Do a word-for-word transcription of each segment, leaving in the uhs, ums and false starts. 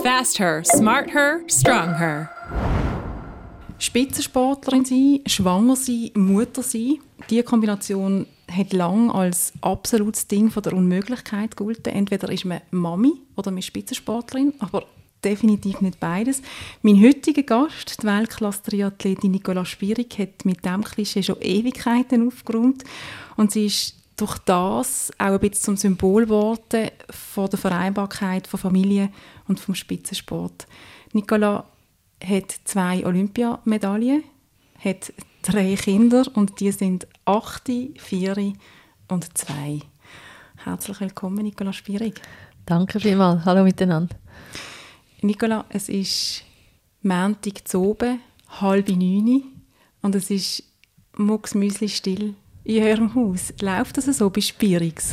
Fast her, smart her, strong her. Spitzensportlerin sein, schwanger sein, Mutter sein. Diese Kombination hat lange als absolutes Ding von der Unmöglichkeit gegolten. Entweder ist man Mami oder man ist Spitzensportlerin, aber definitiv nicht beides. Mein heutiger Gast, die Weltklasse-Triathletin Nicola Spirig, hat mit diesem Klischee schon Ewigkeiten aufgeräumt. Und sie ist durch das auch ein bisschen zum Symbol geworden von der Vereinbarkeit von Familie und vom Spitzensport. Nicola hat zwei Olympiamedaillen, hat drei Kinder und die sind acht, vier und zwei. Herzlich willkommen, Nicola Spirig. Danke vielmals. Hallo miteinander. Nicola, es ist Montag zu oben, halb neun und es ist mucksmüsli still in eurem Haus. Läuft das so bei Spirigs?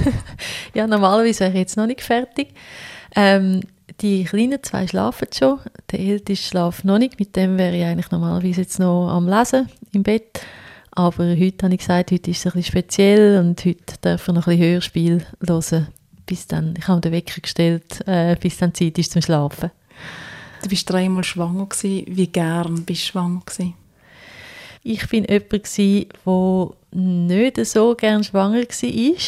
Ja, normalerweise wäre ich jetzt noch nicht fertig. Ähm, die kleinen zwei schlafen schon, der älteste schläft noch nicht. Mit dem wäre ich eigentlich normalerweise jetzt noch am Lesen im Bett. Aber heute habe ich gesagt, heute ist es ein bisschen speziell und heute darf ich noch ein bisschen Hörspiel hören. Bis dann, ich habe den Wecker gestellt, äh, bis dann Zeit ist zum Schlafen. Du warst dreimal schwanger gewesen. Wie gern bist du schwanger gewesen? Ich war jemand, der nicht so gerne schwanger war.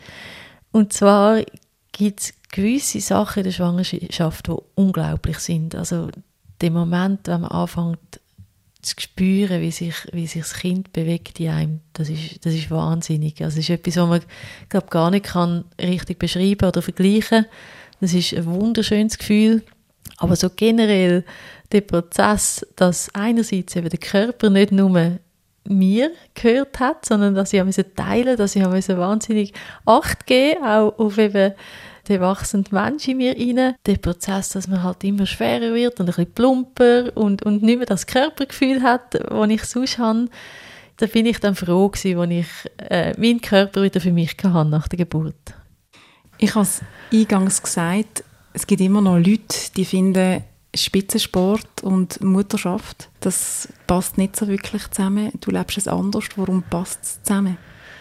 Und zwar gibt es gewisse Sachen in der Schwangerschaft, die unglaublich sind. Also der Moment, wenn man anfängt zu spüren, wie sich, wie sich das Kind bewegt in einem, das ist, das ist wahnsinnig. Also das ist etwas, was man glaub, gar nicht kann richtig beschreiben oder vergleichen. Das ist ein wunderschönes Gefühl. Aber so generell der Prozess, dass einerseits eben der Körper nicht nur mir gehört hat, sondern dass ich teilen musste, dass ich wahnsinnig Acht geben auch auf eben den wachsenden Mensch in mir rein. Der Prozess, dass man halt immer schwerer wird und ein bisschen plumper und, und nicht mehr das Körpergefühl hat, das ich sonst habe. Da bin ich dann froh gewesen, als ich äh, meinen Körper wieder für mich hatte nach der Geburt. Ich habe es eingangs gesagt, es gibt immer noch Leute, die finden, Spitzensport und Mutterschaft, das passt nicht so wirklich zusammen. Du lebst es anders. Warum passt es zusammen?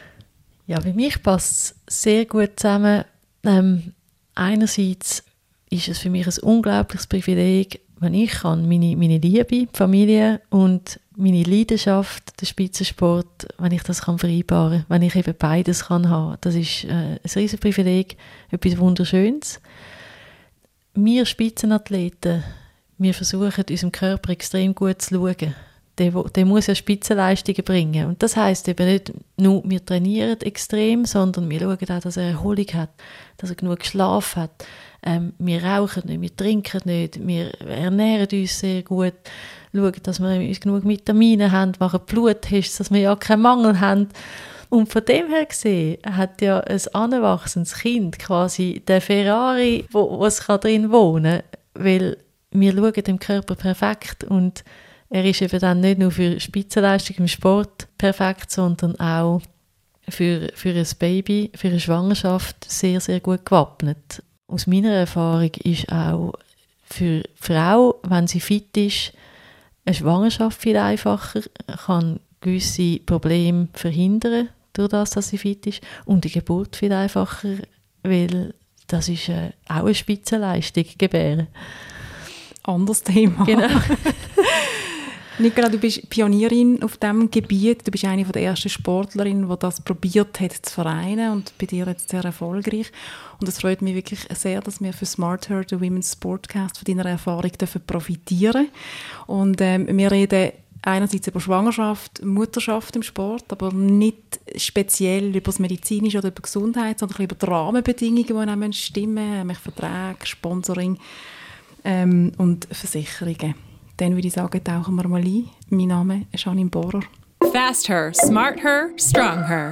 Ja, bei mir passt es sehr gut zusammen. Ähm, einerseits ist es für mich ein unglaubliches Privileg, wenn ich kann, meine, meine Liebe, die Familie und meine Leidenschaft, den Spitzensport, wenn ich das kann vereinbaren kann, wenn ich eben beides kann haben. Das ist äh, ein riesiges Privileg, etwas Wunderschönes. Wir Spitzenathleten, wir versuchen, unserem Körper extrem gut zu schauen. Der, der muss ja Spitzenleistungen bringen. Und das heisst eben nicht nur, wir trainieren extrem, sondern wir schauen auch, dass er Erholung hat, dass er genug Schlaf hat. Ähm, wir rauchen nicht, wir trinken nicht, wir ernähren uns sehr gut, schauen, dass wir genug Vitamine haben, machen Bluttests, dass wir ja keinen Mangel haben. Und von dem her gesehen hat ja ein anwachsendes Kind quasi den Ferrari, wo, wo es drin wohnen kann, weil wir schauen dem Körper perfekt und er ist eben dann nicht nur für Spitzenleistung im Sport perfekt, sondern auch für, für ein Baby, für eine Schwangerschaft sehr, sehr gut gewappnet. Aus meiner Erfahrung ist auch für die Frau, wenn sie fit ist, eine Schwangerschaft viel einfacher, kann gewisse Probleme verhindern, durch das, dass sie fit ist, und die Geburt viel einfacher, weil das ist äh, auch eine Spitzenleistung, gebären. Anderes Thema. Genau. Nicola, du bist Pionierin auf diesem Gebiet. Du bist eine der ersten Sportlerinnen, die das probiert hat zu vereinen und bei dir jetzt sehr erfolgreich. Und es freut mich wirklich sehr, dass wir für Smart Her, den Women's Sportcast, von deiner Erfahrung dürfen profitieren. Und ähm, wir reden einerseits über Schwangerschaft, Mutterschaft im Sport, aber nicht speziell über das Medizinische oder über Gesundheit, sondern über die Rahmenbedingungen, die auch stimmen, nämlich Verträge, Sponsoring ähm, und Versicherungen. Dann würde ich sagen, tauchen wir mal ein. Mein Name ist Janine Bohrer. Fast her, smart her, strong her.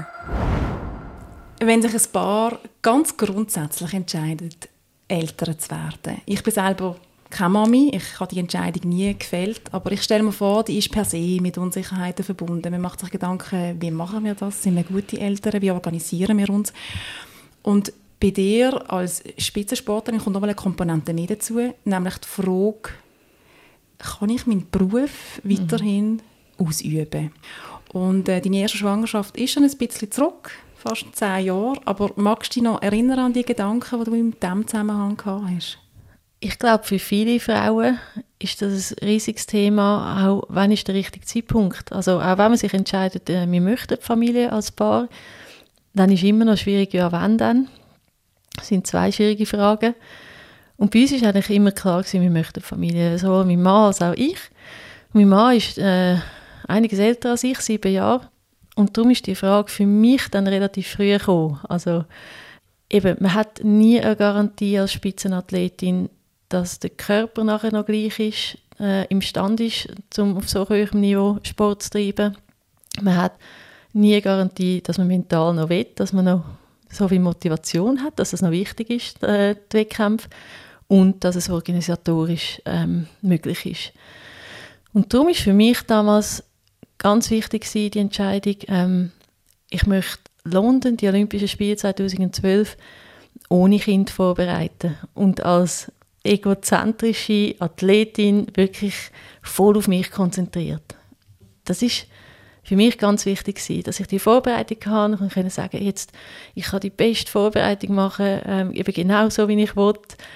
Wenn sich ein Paar ganz grundsätzlich entscheidet, Eltern zu werden. Ich bin selber keine Mami, ich habe die Entscheidung nie gefällt, aber ich stelle mir vor, die ist per se mit Unsicherheiten verbunden. Man macht sich Gedanken, wie machen wir das? Sind wir gute Eltern? Wie organisieren wir uns? Und bei dir als Spitzensportlerin kommt nochmal eine Komponente mehr dazu, nämlich die Frage, kann ich meinen Beruf weiterhin mhm. ausüben? Und äh, deine erste Schwangerschaft ist schon ein bisschen zurück, fast zehn Jahre, aber magst du dich noch erinnern an die Gedanken, die du in diesem Zusammenhang gehabt hast? Ich glaube, für viele Frauen ist das ein riesiges Thema, auch wann ist der richtige Zeitpunkt. Also auch wenn man sich entscheidet, wir möchten Familie als Paar, dann ist immer noch schwierig, ja wann dann. Das sind zwei schwierige Fragen. Und bei uns war eigentlich immer klar gewesen, wir möchten Familie, sowohl mein Mann als auch ich. Mein Mann ist äh, einiges älter als ich, sieben Jahre. Und darum ist die Frage für mich dann relativ früh gekommen. Also eben, man hat nie eine Garantie als Spitzenathletin, dass der Körper nachher noch gleich ist, äh, imstande ist, um auf so hohem Niveau Sport zu treiben. Man hat nie eine Garantie, dass man mental noch will, dass man noch so viel Motivation hat, dass es noch wichtig ist, äh, die Wettkämpfe, und dass es organisatorisch ähm, möglich ist. Und darum ist für mich damals ganz wichtig gewesen, die Entscheidung, ähm, ich möchte London, die Olympischen Spiele zweitausendzwölf, ohne Kind vorbereiten und als egozentrische Athletin wirklich voll auf mich konzentriert. Das ist für mich ganz wichtig gewesen, dass ich die Vorbereitung hatte und konnte sagen, jetzt, ich kann die beste Vorbereitung machen, ähm, eben genau so, wie ich will.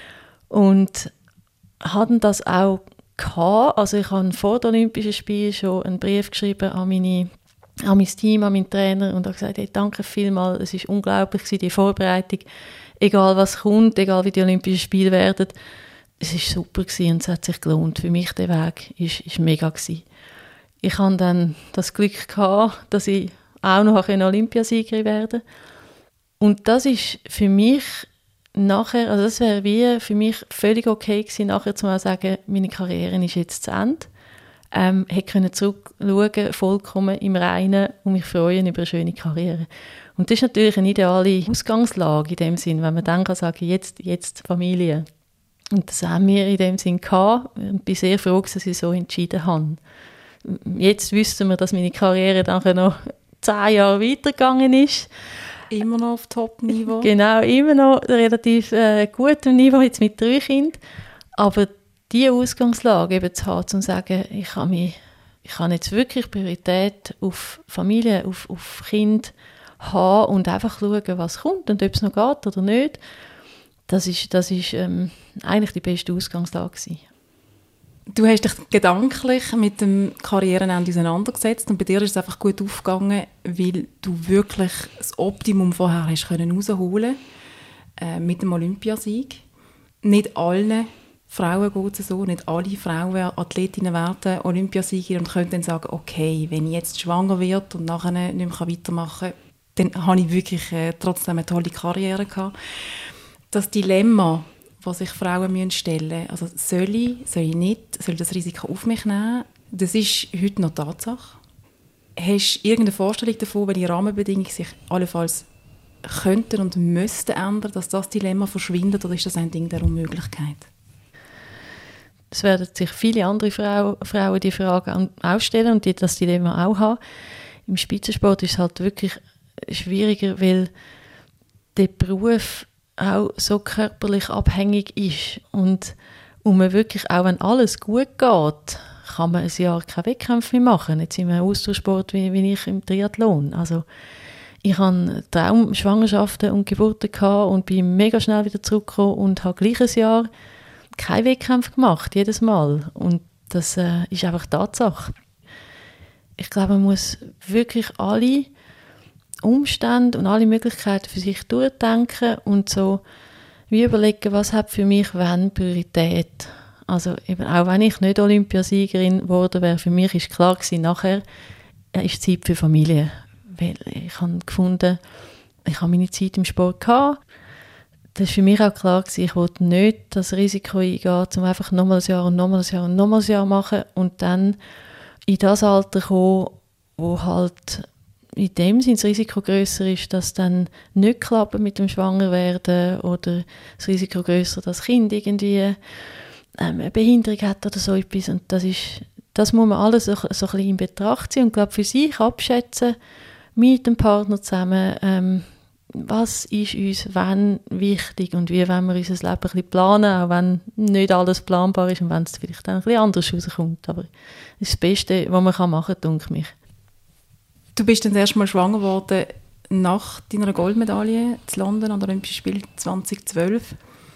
Und hatte das auch gehabt. Also ich habe vor den Olympischen Spielen schon einen Brief geschrieben an, meine, an mein Team, an meinen Trainer und habe gesagt, hey, danke vielmals, es war unglaublich gewesen, die Vorbereitung. Egal was kommt, egal wie die Olympischen Spiele werden, es war super gewesen und es hat sich gelohnt. Für mich der Weg ist, ist mega gewesen. Ich hatte dann das Glück gehabt, dass ich auch noch eine Olympiasiegerin werde. Und das ist für mich nachher, also das wäre wie für mich völlig okay gewesen, nachher zu sagen, meine Karriere ist jetzt zu Ende. Ähm, ich konnte zurückschauen, vollkommen im Reinen und mich freuen über eine schöne Karriere. Und das ist natürlich eine ideale Ausgangslage in dem Sinn, wenn man dann kann sagen, jetzt, jetzt Familie. Und das haben wir in dem Sinn gehabt. Ich bin sehr froh, dass ich so entschieden habe. Jetzt wüssten wir, dass meine Karriere dann noch zehn Jahre weitergegangen ist. Immer noch auf Top-Niveau. Genau, immer noch relativ äh, gutem Niveau, jetzt mit drei Kindern. Aber diese Ausgangslage eben zu haben, zu sagen, ich kann, mich, ich kann jetzt wirklich Priorität auf Familie, auf, auf Kind haben und einfach schauen, was kommt und ob es noch geht oder nicht, das ist, das ist ähm, eigentlich die beste Ausgangslage gewesen. Du hast dich gedanklich mit dem Karrierenende auseinandergesetzt und bei dir ist es einfach gut aufgegangen, weil du wirklich das Optimum vorher hast können rausholen äh, mit dem Olympiasieg. Nicht allen Frauen geht es so, nicht alle Frauen, Athletinnen werden Olympiasieger und können dann sagen, okay, wenn ich jetzt schwanger werde und nachher nicht mehr weitermachen kann, dann habe ich wirklich äh, trotzdem eine tolle Karriere gehabt. Das Dilemma, was sich Frauen stellen müssen, also soll ich, soll ich nicht, soll ich das Risiko auf mich nehmen, das ist heute noch Tatsache. Hast du irgendeine Vorstellung davon, welche Rahmenbedingungen sich allenfalls könnten und müssten ändern, dass das Dilemma verschwindet, oder ist das ein Ding der Unmöglichkeit? Es werden sich viele andere Frau, Frauen die Frage auch stellen und die das Dilemma auch haben. Im Spitzensport ist es halt wirklich schwieriger, weil der Beruf auch so körperlich abhängig ist und, und man wirklich, auch wenn alles gut geht, kann man ein Jahr keine Wettkämpfe mehr machen. Jetzt sind wir im Ausdauersport wie, wie ich im Triathlon. Also ich hatte Traumschwangerschaften und Geburten gehabt und bin mega schnell wieder zurückgekommen und habe gleich ein Jahr keine Wettkämpfe gemacht, jedes Mal. Und das äh, ist einfach Tatsache. Ich glaube, man muss wirklich alle Umstände und alle Möglichkeiten für sich durchdenken und so wie überlegen, was hat für mich wann Priorität. Also eben, auch wenn ich nicht Olympiasiegerin geworden wäre, für mich ist klar gewesen, nachher ist Zeit für Familie. Weil ich habe gefunden, ich habe meine Zeit im Sport gehabt. Das war für mich auch klar gewesen, ich wollte nicht das Risiko eingehen, um einfach nochmal ein Jahr und nochmal ein Jahr und nochmal ein Jahr machen und dann in das Alter kommen, wo halt in dem Sinne das Risiko grösser ist, dass dann nicht klappt mit dem Schwangerwerden oder das Risiko grösser, dass das Kind irgendwie ähm, eine Behinderung hat oder so etwas. Und das ist, das muss man alles so, so ein bisschen in Betracht ziehen und glaube für sich abschätzen, mit dem Partner zusammen, ähm, was ist uns wann wichtig und wie wollen wir unser Leben ein bisschen planen, auch wenn nicht alles planbar ist und wenn es vielleicht dann ein bisschen anders rauskommt. Aber das ist das Beste, was man machen kann, denke ich. Du bist dann erst mal schwanger geworden nach deiner Goldmedaille in London an den Olympischen Spielen zweitausendzwölf.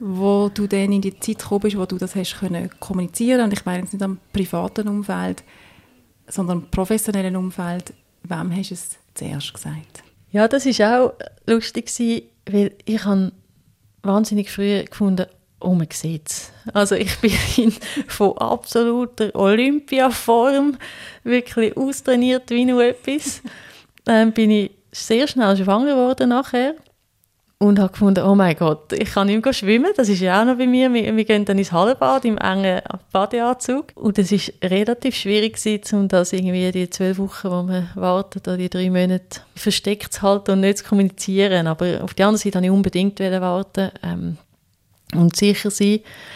Wo du dann in die Zeit gekommen bist, wo du das hast können kommunizieren, und ich meine jetzt nicht am privaten Umfeld, sondern im professionellen Umfeld, wem hast du es zuerst gesagt? Ja, das war auch lustig, weil ich habe wahnsinnig früh gefunden, oh, man sieht es. Also ich bin von absoluter Olympiaform, wirklich austrainiert wie nur etwas. Dann bin ich sehr schnell schwanger geworden nachher und habe gefunden, oh mein Gott, ich kann nicht mehr schwimmen, das ist ja auch noch bei mir. Wir, wir gehen dann ins Hallenbad im engen Badeanzug und es war relativ schwierig gewesen, um das irgendwie die zwölf Wochen, wo man wartet, oder die drei Monate versteckt zu halten und nicht zu kommunizieren. Aber auf der anderen Seite wollte ich unbedingt warten ähm, und sicher sein.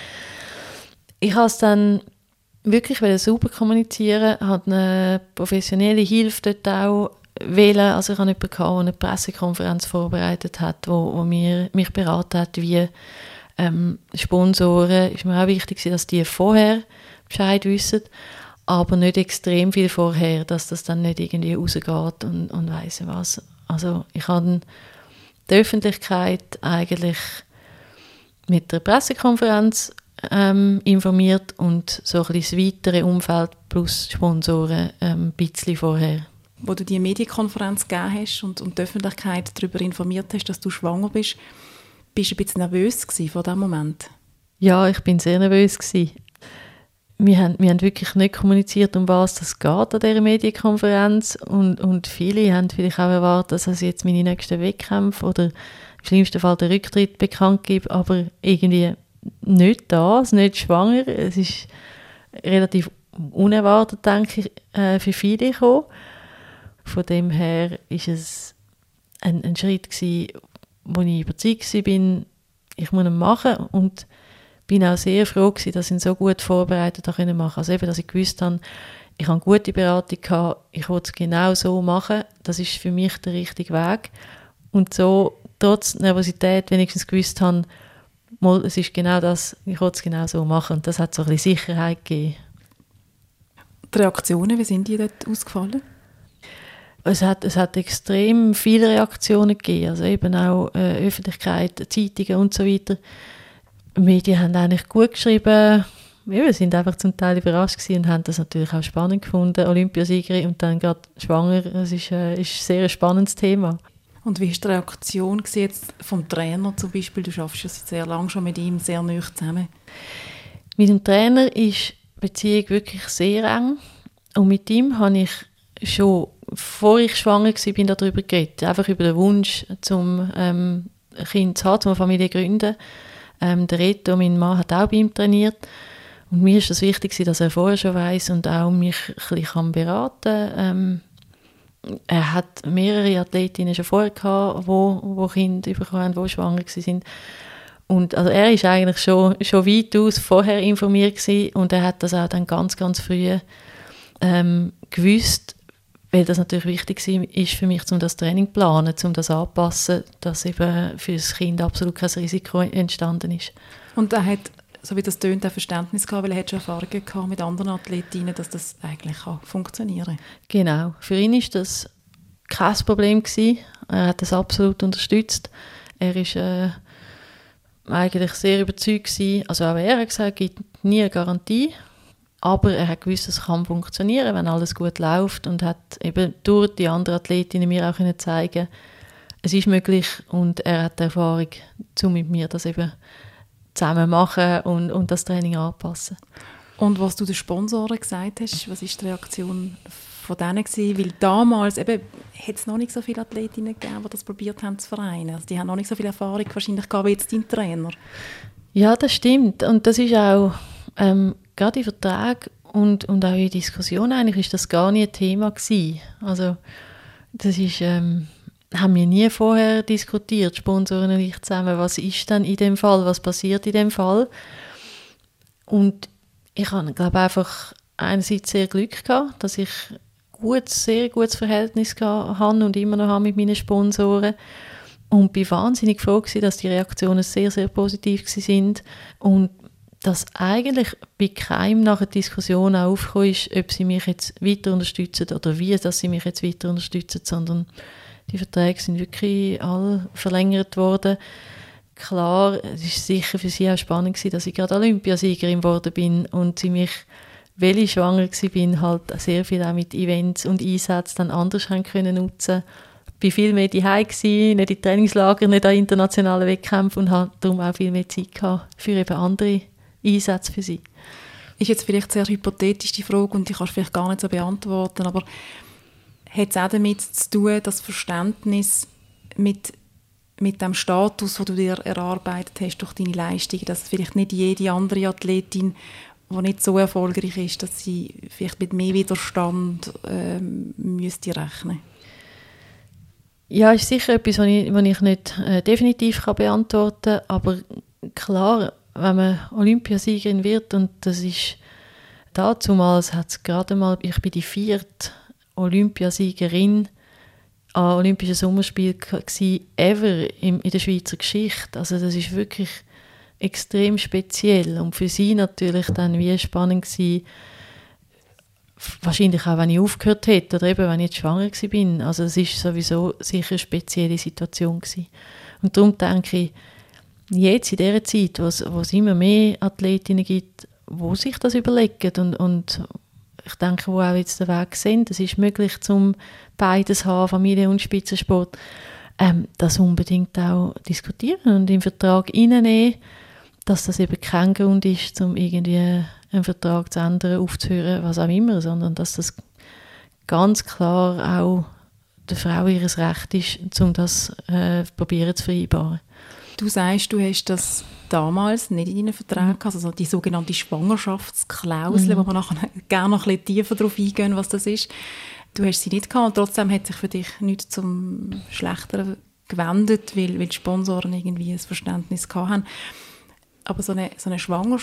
Ich habe es dann wirklich super kommunizieren, hatte eine professionelle Hilfe dort auch wählen. Also ich hatte jemanden, der eine Pressekonferenz vorbereitet hat, wo, wo mir, mich beraten hat, wie ähm, Sponsoren. Ist mir auch wichtig, dass die vorher Bescheid wissen, aber nicht extrem viel vorher, dass das dann nicht irgendwie rausgeht und, und weiss was. Also ich habe die Öffentlichkeit eigentlich mit der Pressekonferenz ähm, informiert und so ein bisschen das weitere Umfeld plus Sponsoren ähm, ein bisschen vorher. Wo du die Medienkonferenz gegeben hast und, und die Öffentlichkeit darüber informiert hast, dass du schwanger bist, bist du ein bisschen nervös gewesen vor diesem Moment? Ja, ich bin sehr nervös gewesen. Wir haben, wir haben wirklich nicht kommuniziert, um was es geht an dieser Medienkonferenz und, und viele haben vielleicht auch erwartet, dass ich jetzt meine nächsten Wettkämpfe oder im schlimmsten Fall den Rücktritt bekannt gebe, aber irgendwie nicht das, nicht schwanger. Es ist relativ unerwartet, denke ich, äh, für viele gekommen. Von dem her war es ein, ein Schritt gewesen, wo ich überzeugt war, ich muss ihn machen, und bin auch sehr froh gewesen, dass ich ihn so gut vorbereitet machen konnte. Also eben, dass ich gewusst habe, ich habe eine gute Beratung gehabt, ich wollte es genau so machen, das ist für mich der richtige Weg. Und so, trotz Nervosität, wenigstens gewusst habe, mal, es ist genau das, ich wollte es genau so machen. Und das hat so ein bisschen Sicherheit gegeben. Die Reaktionen, wie sind die dort ausgefallen? Es hat, es hat extrem viele Reaktionen gegeben, also eben auch äh, Öffentlichkeit, Zeitungen und so weiter. Die Medien haben eigentlich gut geschrieben, wir sind einfach zum Teil überrascht gewesen und haben das natürlich auch spannend gefunden, Olympiasiegerin und dann gerade schwanger, das ist, äh, ist ein sehr spannendes Thema. Und wie war die Reaktion jetzt vom Trainer zum Beispiel? Du arbeitest ja sehr lange schon mit ihm sehr nahe zusammen. Mit dem Trainer ist die Beziehung wirklich sehr eng und mit ihm habe ich schon, bevor ich schwanger war, bin darüber geredet. Einfach über den Wunsch, zum ähm, Kind zu haben, zum eine Familie zu gründen. Ähm, der Reto, mein Mann, hat auch bei ihm trainiert. Und mir ist es wichtig, dass er vorher schon weiss und auch mich ein bisschen beraten kann. Ähm, er hat mehrere Athletinnen schon vorher gehabt, wo, wo Kinder bekommen haben, die schwanger waren. Und also er war eigentlich schon, schon weitaus vorher informiert gewesen, und er hat das auch dann ganz, ganz früh ähm, gewusst, weil das natürlich wichtig ist für mich, um das Training zu planen, um das anzupassen, dass eben für das Kind absolut kein Risiko entstanden ist. Und er hat, so wie das tönt, ein Verständnis gehabt, weil er hat schon Erfahrungen gehabt mit anderen Athletinnen, dass das eigentlich kann funktionieren kann. Genau. Für ihn war das kein Problem gewesen. Er hat das absolut unterstützt. Er war äh, eigentlich sehr überzeugt gewesen. Also auch er hat gesagt, es gibt nie eine Garantie. Aber er hat gewusst, dass es kann funktionieren, wenn alles gut läuft, und hat eben durch die anderen Athletinnen mir auch zeigen, es ist möglich, und er hat die Erfahrung, um mit mir das eben zusammen machen und, und das Training anpassen. Und was du den Sponsoren gesagt hast, was war die Reaktion von denen gewesen? Weil damals eben hat es noch nicht so viele Athletinnen gegeben, die das probiert haben zu vereinen. Also die haben noch nicht so viel Erfahrung wahrscheinlich gehabt wie jetzt dein Trainer. Ja, das stimmt, und das ist auch ähm, gerade in Verträgen und, und auch in Diskussionen eigentlich ist das gar nicht ein Thema gewesen. Also das ist, ähm, haben wir nie vorher diskutiert, Sponsoren und ich zusammen, was ist denn in dem Fall, was passiert in dem Fall. Und ich habe, glaube einfach einerseits sehr Glück gehabt, dass ich gut, sehr gutes Verhältnis habe und immer noch habe mit meinen Sponsoren. Und bin wahnsinnig froh gewesen, dass die Reaktionen sehr, sehr positiv waren. Und dass eigentlich bei keinem nach der Diskussion auch aufgekommen ist, ob sie mich jetzt weiter unterstützen oder wie dass sie mich jetzt weiter unterstützen, sondern die Verträge sind wirklich alle verlängert worden. klar, es war sicher für sie auch spannend gewesen, dass ich gerade Olympiasiegerin geworden bin und sie mich, weil ich schwanger war, halt sehr viel auch mit Events und Einsätzen dann anders haben können nutzen. Ich war viel mehr daheim gewesen, nicht in Trainingslager, nicht an internationalen Wettkämpfen und hatte darum auch viel mehr Zeit gehabt für eben andere Einsätze für sie. Ist jetzt vielleicht sehr hypothetisch die Frage und die kannst du vielleicht gar nicht so beantworten, aber hat es auch damit zu tun, das Verständnis mit, mit dem Status, den du dir erarbeitet hast durch deine Leistungen, dass vielleicht nicht jede andere Athletin, die nicht so erfolgreich ist, dass sie vielleicht mit mehr Widerstand ähm, müsste rechnen? Ja, ist sicher etwas, was ich, was ich nicht äh, definitiv kann beantworten kann, aber klar, wenn man Olympiasiegerin wird, und das ist dazumals, hat es gerade mal, ich bin die vierte Olympiasiegerin an Olympischen Sommerspielen gewesen, ever in, in der Schweizer Geschichte. Also das ist wirklich extrem speziell und für sie natürlich dann wie spannend gewesen, wahrscheinlich auch, wenn ich aufgehört hätte oder eben, wenn ich jetzt schwanger war. Also es ist sowieso sicher eine spezielle Situation gewesen. Und darum denke ich, jetzt in dieser Zeit, wo es, wo es immer mehr Athletinnen gibt, wo sich das überlegen und, und ich denke, wo auch jetzt den Weg sind, es ist möglich, zum beides haben, Familie und Spitzensport, ähm, das unbedingt auch diskutieren und in den Vertrag reinnehmen, dass das eben kein Grund ist, um irgendwie einen Vertrag zu ändern, aufzuhören, was auch immer, sondern dass das ganz klar auch der Frau ihres Recht ist, um das äh, probieren zu vereinbaren. Du sagst, du hast das damals nicht in deinen Verträgen, also die sogenannte Schwangerschaftsklausel, mhm. wo wir nachher gerne noch ein bisschen tiefer darauf eingehen, was das ist. Du hast sie nicht gehabt und trotzdem hat sich für dich nichts zum Schlechteren gewendet, weil, weil die Sponsoren irgendwie ein Verständnis gehabt haben. Aber so eine, so eine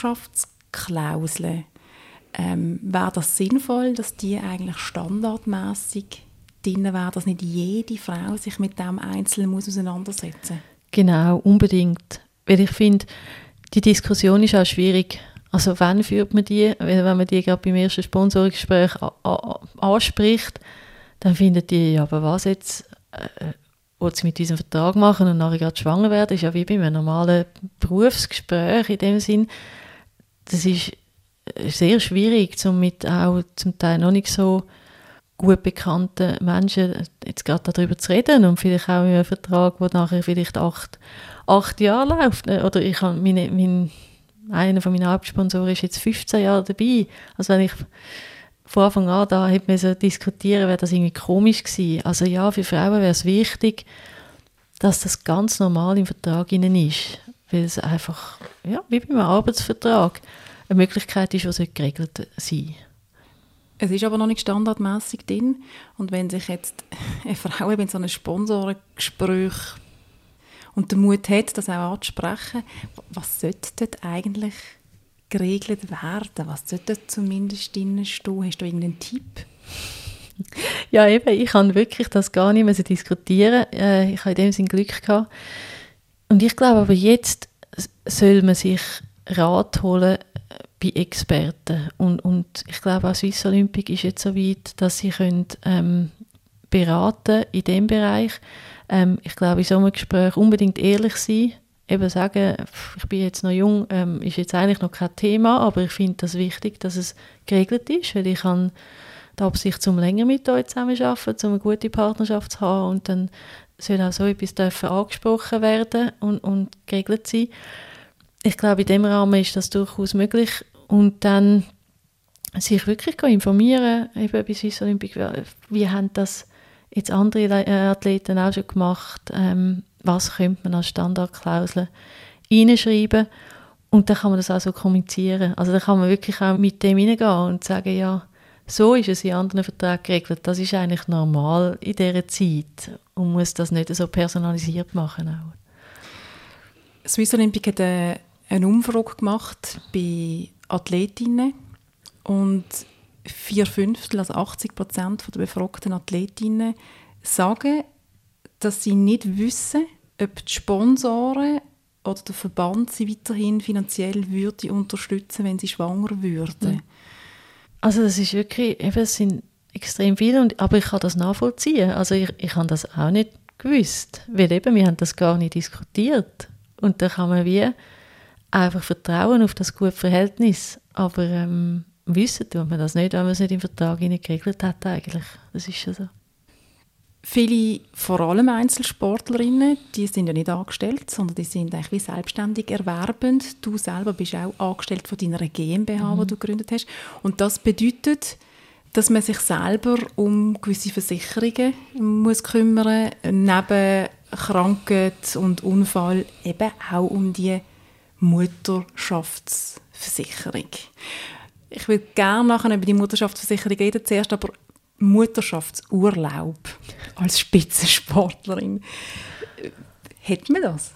Schwangerschaftsklausel, ähm, wäre das sinnvoll, dass die eigentlich standardmäßig drin wäre, dass nicht jede Frau sich mit dem Einzelnen muss auseinandersetzen muss? Genau, unbedingt. Weil ich finde, die Diskussion ist auch schwierig. Also wann führt man die? Wenn man die gerade beim ersten Sponsorgespräch anspricht, dann findet die, ja, aber was jetzt, äh, was sie mit diesem Vertrag machen und nachher gerade schwanger werden, ist ja wie bei einem normalen Berufsgespräch in dem Sinn. Das ist sehr schwierig, um mit auch zum Teil noch nicht so gut bekannten Menschen jetzt gerade darüber zu reden und vielleicht auch über einen Vertrag, der nachher vielleicht acht, acht Jahre läuft. Oder ich habe meine, mein, einer von meinen Hauptsponsoren ist jetzt fünfzehn Jahre dabei. Also wenn ich von Anfang an da hätte man so diskutieren, wäre das irgendwie komisch gewesen. Also ja, für Frauen wäre es wichtig, dass das ganz normal im Vertrag innen ist, weil es einfach, ja, wie bei einem Arbeitsvertrag, eine Möglichkeit ist, die geregelt sein sollte. Es ist aber noch nicht standardmäßig drin. Und wenn sich jetzt eine Frau in so einem Sponsorengespräch und den Mut hat, das auch anzusprechen, was sollte dort eigentlich geregelt werden? Was sollte dort zumindest drin stehen? Hast du irgendeinen Tipp? Ja, eben, ich kann wirklich das gar nicht mehr so diskutieren. Ich habe in dem Sinne Glück gehabt. Und ich glaube aber, jetzt soll man sich Rat holen bei Experten. Und, und ich glaube, auch Swiss Olympic ist jetzt so weit, dass sie können, ähm, beraten in diesem Bereich. Ähm, ich glaube, in so einem Gespräch unbedingt ehrlich sein. Eben sagen, ich bin jetzt noch jung, ähm, ist jetzt eigentlich noch kein Thema, aber ich finde das wichtig, dass es geregelt ist, weil ich habe die Absicht, um länger mit euch zusammenzuarbeiten, um eine gute Partnerschaft zu haben und dann soll auch so etwas dürfen angesprochen werden und, und geregelt sein. Ich glaube, in diesem Rahmen ist das durchaus möglich und dann sich wirklich informieren, eben bei Swiss Olympic, wie haben das jetzt andere Athleten auch schon gemacht, ähm, was könnte man als Standardklausel reinschreiben und dann kann man das auch so kommunizieren. Also da kann man wirklich auch mit dem hineingehen und sagen, ja, so ist es in anderen Verträgen geregelt. Das ist eigentlich normal in dieser Zeit und muss das nicht so personalisiert machen. Auch. Swiss Olympic hat eine, eine Umfrage gemacht bei Athletinnen und vier Fünftel, also achtzig Prozent der befragten Athletinnen sagen, dass sie nicht wissen, ob die Sponsoren oder der Verband sie weiterhin finanziell würde unterstützen, wenn sie schwanger würden. Also das ist wirklich, eben, es sind extrem viele, und, aber ich kann das nachvollziehen. Also ich, ich habe das auch nicht gewusst, weil eben, wir haben das gar nicht diskutiert. Und da kann man wie einfach vertrauen auf das gute Verhältnis. Aber ähm, wissen tut man das nicht, wenn man es nicht im Vertrag geregelt hat eigentlich. Das ist ja so. Viele, vor allem Einzelsportlerinnen, die sind ja nicht angestellt, sondern die sind eigentlich wie selbstständig erwerbend. Du selber bist auch angestellt von deiner GmbH, mhm. die du gegründet hast. Und das bedeutet, dass man sich selber um gewisse Versicherungen muss kümmern, neben Krankheit und Unfall eben auch um die Mutterschaftsversicherung. Ich würde gerne nachher über die Mutterschaftsversicherung reden, zuerst aber Mutterschaftsurlaub als Spitzensportlerin. Hat man das?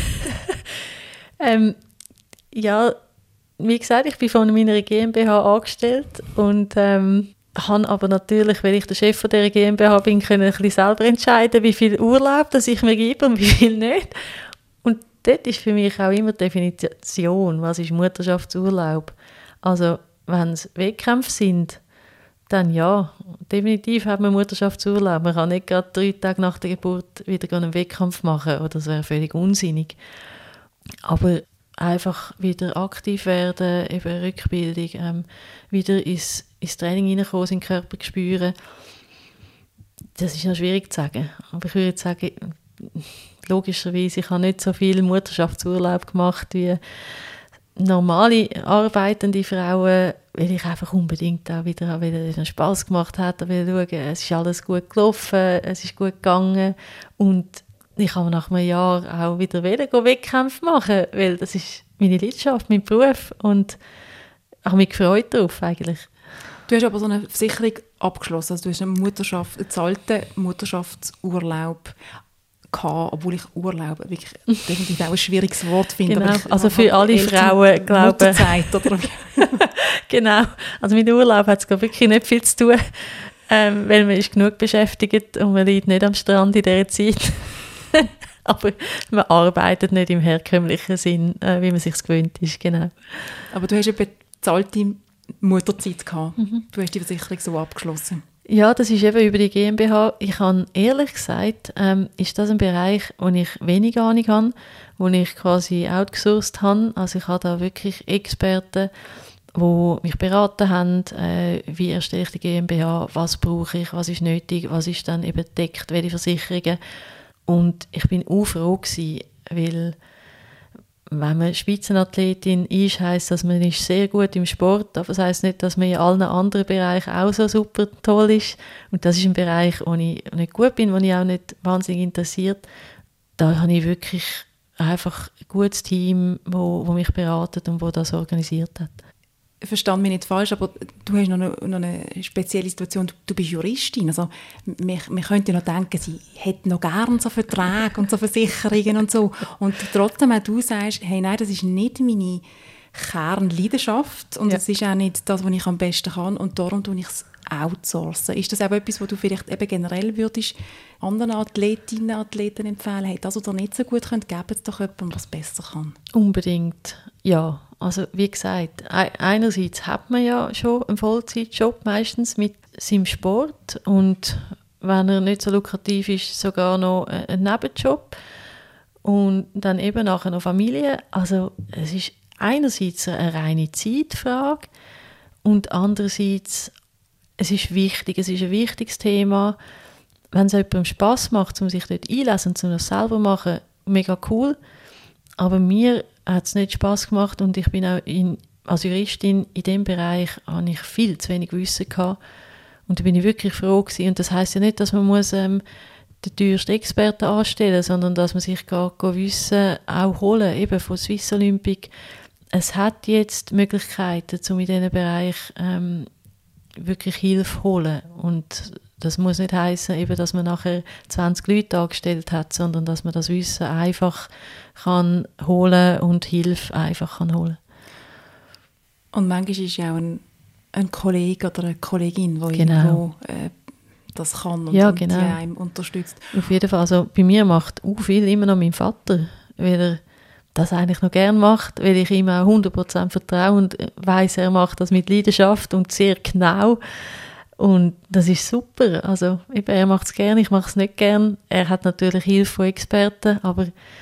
ähm, ja, wie gesagt, ich bin von meiner GmbH angestellt und ähm, habe aber natürlich, weil ich der Chef von dieser GmbH bin, können ein bisschen selber entscheiden, wie viel Urlaub das ich mir gebe und wie viel nicht. Und dort ist für mich auch immer die Definition, was ist Mutterschaftsurlaub. Also wenn es Wettkämpfe sind, dann ja, definitiv hat man Mutterschaftsurlaub. Man kann nicht gerade drei Tage nach der Geburt wieder einen Wettkampf machen, oder das wäre völlig unsinnig. Aber einfach wieder aktiv werden, eben Rückbildung, ähm, wieder ins, ins Training hineinkommen, seinen Körper spüren, das ist noch schwierig zu sagen. Aber ich würde sagen, logischerweise, ich habe nicht so viel Mutterschaftsurlaub gemacht wie normale arbeitende Frauen, weil ich einfach unbedingt auch wieder, weil es Spass gemacht hat, will schauen, es ist alles gut gelaufen, es ist gut gegangen und ich kann nach einem Jahr auch wieder Wettkämpfe machen, weil das ist meine Leidenschaft, mein Beruf und ich habe mich gefreut darauf eigentlich. Du hast aber so eine Versicherung abgeschlossen, also du hast einen Mutterschaft, einen zahlten Mutterschaftsurlaub gehabt, obwohl ich Urlaub wirklich definitiv auch ein schwieriges Wort finde. Genau. Aber ich, also für alle Frauen, glaube ich. Oder? Genau, also mit Urlaub hat es wirklich nicht viel zu tun, ähm, weil man ist genug beschäftigt und man liegt nicht am Strand in dieser Zeit. Aber man arbeitet nicht im herkömmlichen Sinn, äh, wie man sich gewöhnt ist, genau. Aber du hast eine bezahlte Mutterzeit gehabt. Mhm. Du hast die Versicherung so abgeschlossen. Ja, das ist eben über die GmbH. Ich habe ehrlich gesagt, ähm, ist das ein Bereich, wo ich wenig Ahnung habe, wo ich quasi outgesourced habe. Also ich habe da wirklich Experten, die mich beraten haben, äh, wie erstelle ich die GmbH, was brauche ich, was ist nötig, was ist dann eben deckt, welche Versicherungen. Und ich bin auch froh gewesen, weil wenn man Spitzenathletin ist, heisst das, man ist sehr gut im Sport, aber das heisst nicht, dass man in allen anderen Bereichen auch so super toll ist. Und das ist ein Bereich, wo ich nicht gut bin, wo ich auch nicht wahnsinnig interessiert. Da habe ich wirklich einfach ein gutes Team, wo, wo mich beratet und wo das organisiert hat. Ich verstehe mich nicht falsch, aber du hast noch eine, noch eine spezielle Situation. Du, du bist Juristin. Also, man, man könnte noch denken, sie hätte noch gerne so Verträge und so Versicherungen und so. Und trotzdem auch du sagst, hey, nein, das ist nicht meine Kernleidenschaft und es ja. ist auch nicht das, was ich am besten kann und darum tue ich es outsourcen. Ist das auch etwas, was du vielleicht eben generell würdest anderen Athletinnen und Athleten empfehlen? Hey, das oder nicht so gut könnt, geben es doch jemandem, was besser kann. Unbedingt, ja. Also wie gesagt, einerseits hat man ja schon einen Vollzeitjob meistens mit seinem Sport und wenn er nicht so lukrativ ist, sogar noch einen Nebenjob und dann eben nachher noch Familie. Also es ist einerseits eine reine Zeitfrage und andererseits es ist wichtig, es ist ein wichtiges Thema. Wenn es jemandem Spass macht, um sich dort einlesen, um das selber zu machen, mega cool. Aber mir hat es nicht Spass gemacht und ich bin auch in, als Juristin in diesem Bereich habe ich viel zu wenig Wissen gehabt. Und da bin ich wirklich froh gewesen. Und das heisst ja nicht, dass man muss, ähm, den teuersten Experten anstellen muss, sondern dass man sich gar, gar Wissen auch holen, eben von Swiss Olympic. Es hat jetzt Möglichkeiten, um in diesem Bereich ähm, wirklich Hilfe holen. Und das muss nicht heissen, eben, dass man nachher zwanzig Leute angestellt hat, sondern dass man das Wissen einfach kann holen und Hilfe einfach kann holen. Und manchmal ist ja auch ein, ein Kollege oder eine Kollegin, die genau. irgendwo äh, das kann und, ja, und genau. die einem unterstützt. Auf jeden Fall. Also bei mir macht auch viel immer noch mein Vater, weil er das eigentlich noch gerne macht, weil ich ihm auch hundert Prozent vertraue und weiss, er macht das mit Leidenschaft und sehr genau. Und das ist super. Also eben, er macht es gerne, ich mache es nicht gerne. Er hat natürlich Hilfe von Experten, aber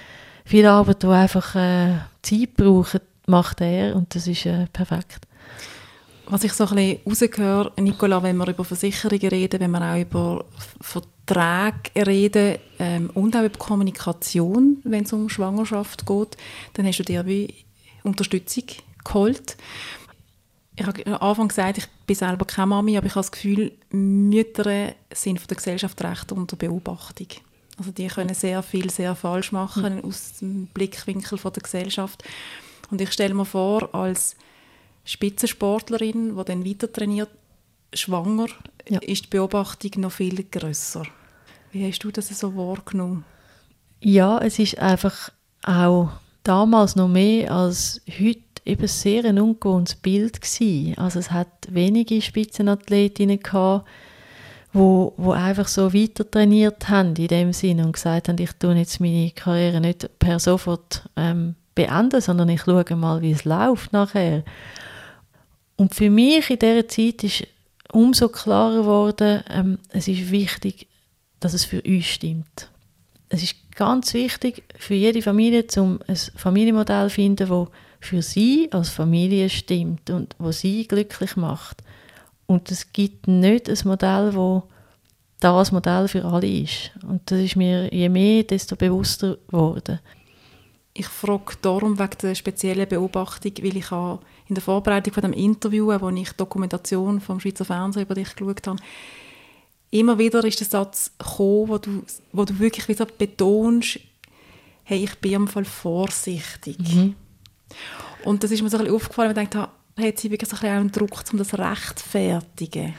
viel Arbeit, die einfach äh, Zeit braucht, macht er und das ist äh, perfekt. Was ich so ein bisschen rausgehöre, Nicola, wenn wir über Versicherungen reden, wenn wir auch über Verträge reden ähm, und auch über Kommunikation, wenn es um Schwangerschaft geht, dann hast du dir wie Unterstützung geholt. Ich habe am Anfang gesagt, ich bin selber keine Mami, aber ich habe das Gefühl, Mütter sind von der Gesellschaft recht unter Beobachtung. Also die können sehr viel, sehr falsch machen mhm. aus dem Blickwinkel von der Gesellschaft. Und ich stelle mir vor, als Spitzensportlerin, die dann weiter trainiert, schwanger, ja. ist die Beobachtung noch viel grösser. Wie hast du das so wahrgenommen? Ja, es ist einfach auch damals noch mehr als heute eben sehr ein ungewohntes Bild gewesen. Also es hat wenige Spitzenathletinnen gehabt, wo, wo einfach so weiter trainiert haben in dem Sinne und gesagt haben, ich tue jetzt meine Karriere nicht per sofort ähm, beenden, sondern ich schaue mal, wie es läuft nachher. Und für mich in dieser Zeit ist umso klarer geworden, ähm, es ist wichtig, dass es für uns stimmt. Es ist ganz wichtig für jede Familie, um ein Familienmodell zu finden, das für sie als Familie stimmt und das sie glücklich macht. Und es gibt nicht ein Modell, das das Modell für alle ist. Und das ist mir je mehr, desto bewusster geworden. Ich frage darum wegen der speziellen Beobachtung, weil ich habe in der Vorbereitung von dem Interview, wo ich die Dokumentation vom Schweizer Fernsehen über dich geschaut habe, immer wieder ist der Satz gekommen, wo du, wo du wirklich wieder betonst, hey, ich bin im Fall vorsichtig. Mhm. Und das ist mir so ein bisschen aufgefallen, weil ich dachte, hat sie wirklich so ein bisschen auch einen Druck, um das zu rechtfertigen?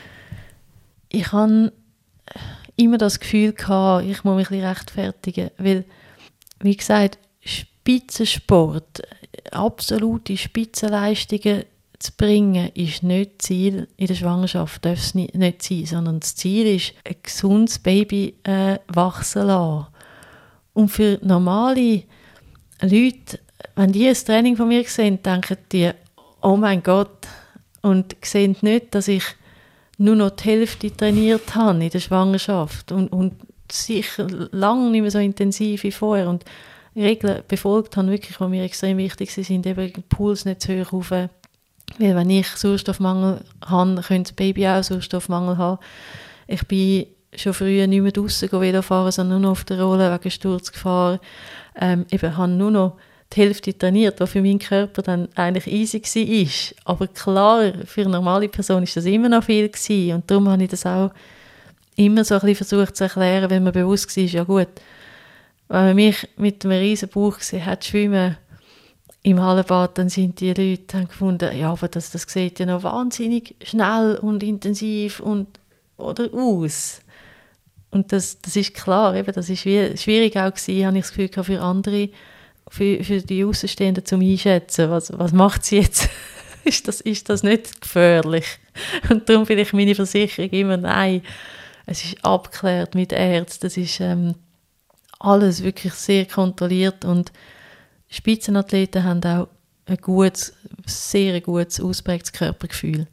Ich hatte immer das Gefühl gehabt, ich muss mich ein bisschen rechtfertigen, weil, wie gesagt, Spitzensport, absolute Spitzenleistungen zu bringen, ist nicht Ziel in der Schwangerschaft, darf es nicht, nicht sein, sondern das Ziel ist, ein gesundes Baby äh, wachsen lassen. Und für normale Leute, wenn die ein Training von mir sehen, denken die, oh mein Gott, und sehen nicht, dass ich nur noch die Hälfte trainiert habe in der Schwangerschaft und, und sicher lange nicht mehr so intensiv wie vorher und Regeln befolgt habe, wirklich, die mir extrem wichtig sind, eben den Puls nicht zu hoch rauf, weil wenn ich Sauerstoffmangel habe, könnte das Baby auch Sauerstoffmangel haben. Ich bin schon früher nicht mehr draussen Velo fahren, sondern nur noch auf der Rolle wegen Sturzgefahr. Ähm, eben habe nur noch die Hälfte trainiert, was für meinen Körper dann eigentlich easy war. Aber klar, für eine normale Person ist das immer noch viel gewesen. Und darum habe ich das auch immer so ein bisschen versucht zu erklären, wenn mir bewusst war, ja gut, wenn man mich mit einem riesen Bauch gesehen hat, schwimmen im Hallenbad, dann sind die Leute haben gefunden, ja, aber das, das sieht ja noch wahnsinnig schnell und intensiv und, oder aus. Und das, das ist klar, eben, das ist schwierig auch gewesen, habe ich das Gefühl, für andere, für, für die Außenstehenden zum Einschätzen, was, was macht sie jetzt? ist, das, ist das nicht gefährlich? Und darum finde ich meine Versicherung immer, nein, es ist abgeklärt mit Ärzten, das ist ähm, alles wirklich sehr kontrolliert und Spitzenathleten haben auch ein gutes, sehr gutes, ausprägtes Körpergefühl.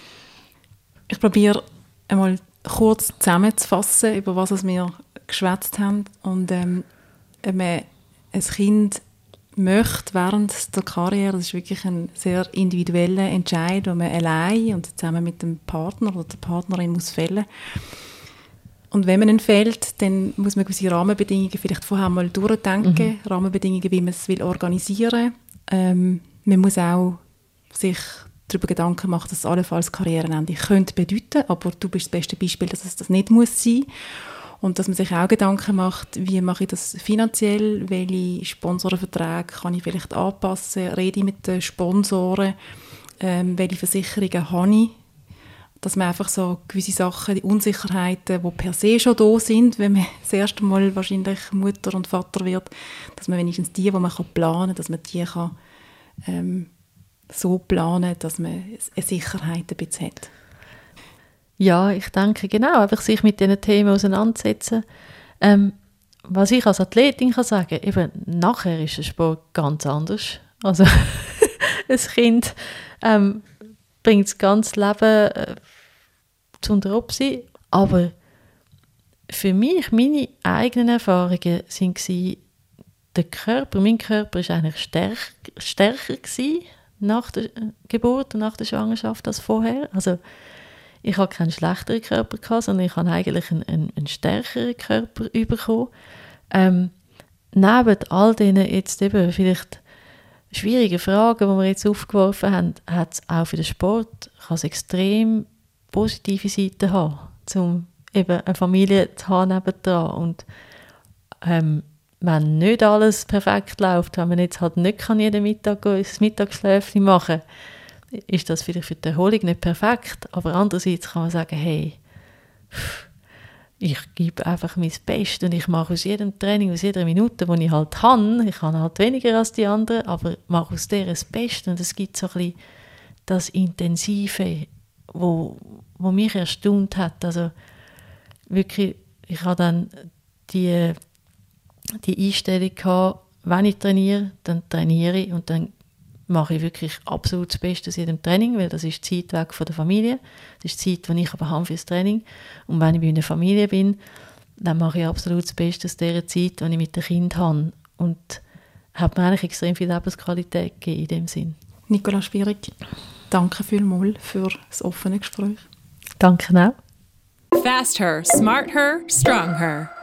Ich probiere einmal kurz zusammenzufassen, über was wir geschwätzt haben. Und ähm, wenn man ein Kind möchte während der Karriere, das ist wirklich ein sehr individueller Entscheid, den man allein und zusammen mit dem Partner oder der Partnerin muss fällen. Und wenn man ihn fällt, dann muss man gewisse Rahmenbedingungen vielleicht vorher mal durchdenken, mhm. Rahmenbedingungen, wie man es will organisieren will. Ähm, man muss auch sich darüber Gedanken machen, dass es allenfalls Karrierenende könnte bedeuten, aber du bist das beste Beispiel, dass es das nicht muss sein. Und dass man sich auch Gedanken macht, wie mache ich das finanziell, welche Sponsorenverträge kann ich vielleicht anpassen, rede ich mit den Sponsoren, ähm, welche Versicherungen habe ich. Dass man einfach so gewisse Sachen, die Unsicherheiten, die per se schon da sind, wenn man das erste Mal wahrscheinlich Mutter und Vater wird, dass man wenigstens die, die man planen kann, dass man die kann, ähm, so planen, dass man eine Sicherheit ein bisschen hat. Ja, ich denke genau, einfach sich mit diesen Themen auseinandersetzen. Ähm, was ich als Athletin kann sagen, eben nachher ist der Sport ganz anders. Also ein Kind ähm, bringt das ganze Leben äh, zu Unteropsi. Aber für mich, meine eigenen Erfahrungen waren, der Körper, mein Körper war eigentlich stärk, stärker gewesen nach der Geburt und nach der Schwangerschaft als vorher. Also ich hatte keinen schlechteren Körper gehabt, sondern ich habe eigentlich einen, einen, einen stärkeren Körper bekommen. Ähm, neben all diesen jetzt eben vielleicht schwierigen Fragen, die wir jetzt aufgeworfen haben, hat es auch für den Sport kann es extrem positive Seiten haben, um eben eine Familie zu haben nebendran. Und ähm, wenn nicht alles perfekt läuft, wenn man jetzt halt nicht kann jeden Mittag ein Mittagsschläfchen machen kann, ist das vielleicht für die Erholung nicht perfekt. Aber andererseits kann man sagen, hey, ich gebe einfach mein Bestes und ich mache aus jedem Training, aus jeder Minute, die ich halt habe, ich habe halt weniger als die anderen, aber mache aus der das Beste. Und es gibt so ein bisschen das Intensive, wo, wo mich erstaunt hat. Also wirklich, ich habe dann die die Einstellung gehabt, wenn ich trainiere, dann trainiere ich und dann mache ich wirklich absolut das Beste aus jedem Training, weil das ist die Zeit weg von der Familie, das ist die Zeit, die ich aber habe fürs Training. Und wenn ich bei einer Familie bin, dann mache ich absolut das Beste aus dieser Zeit, die ich mit dem Kind habe. Und hat mir eigentlich extrem viel Lebensqualität gegeben in dem Sinn. Nicola Spierig, danke vielmals für das offene Gespräch. Danke auch. Fast her, smart her, strong her.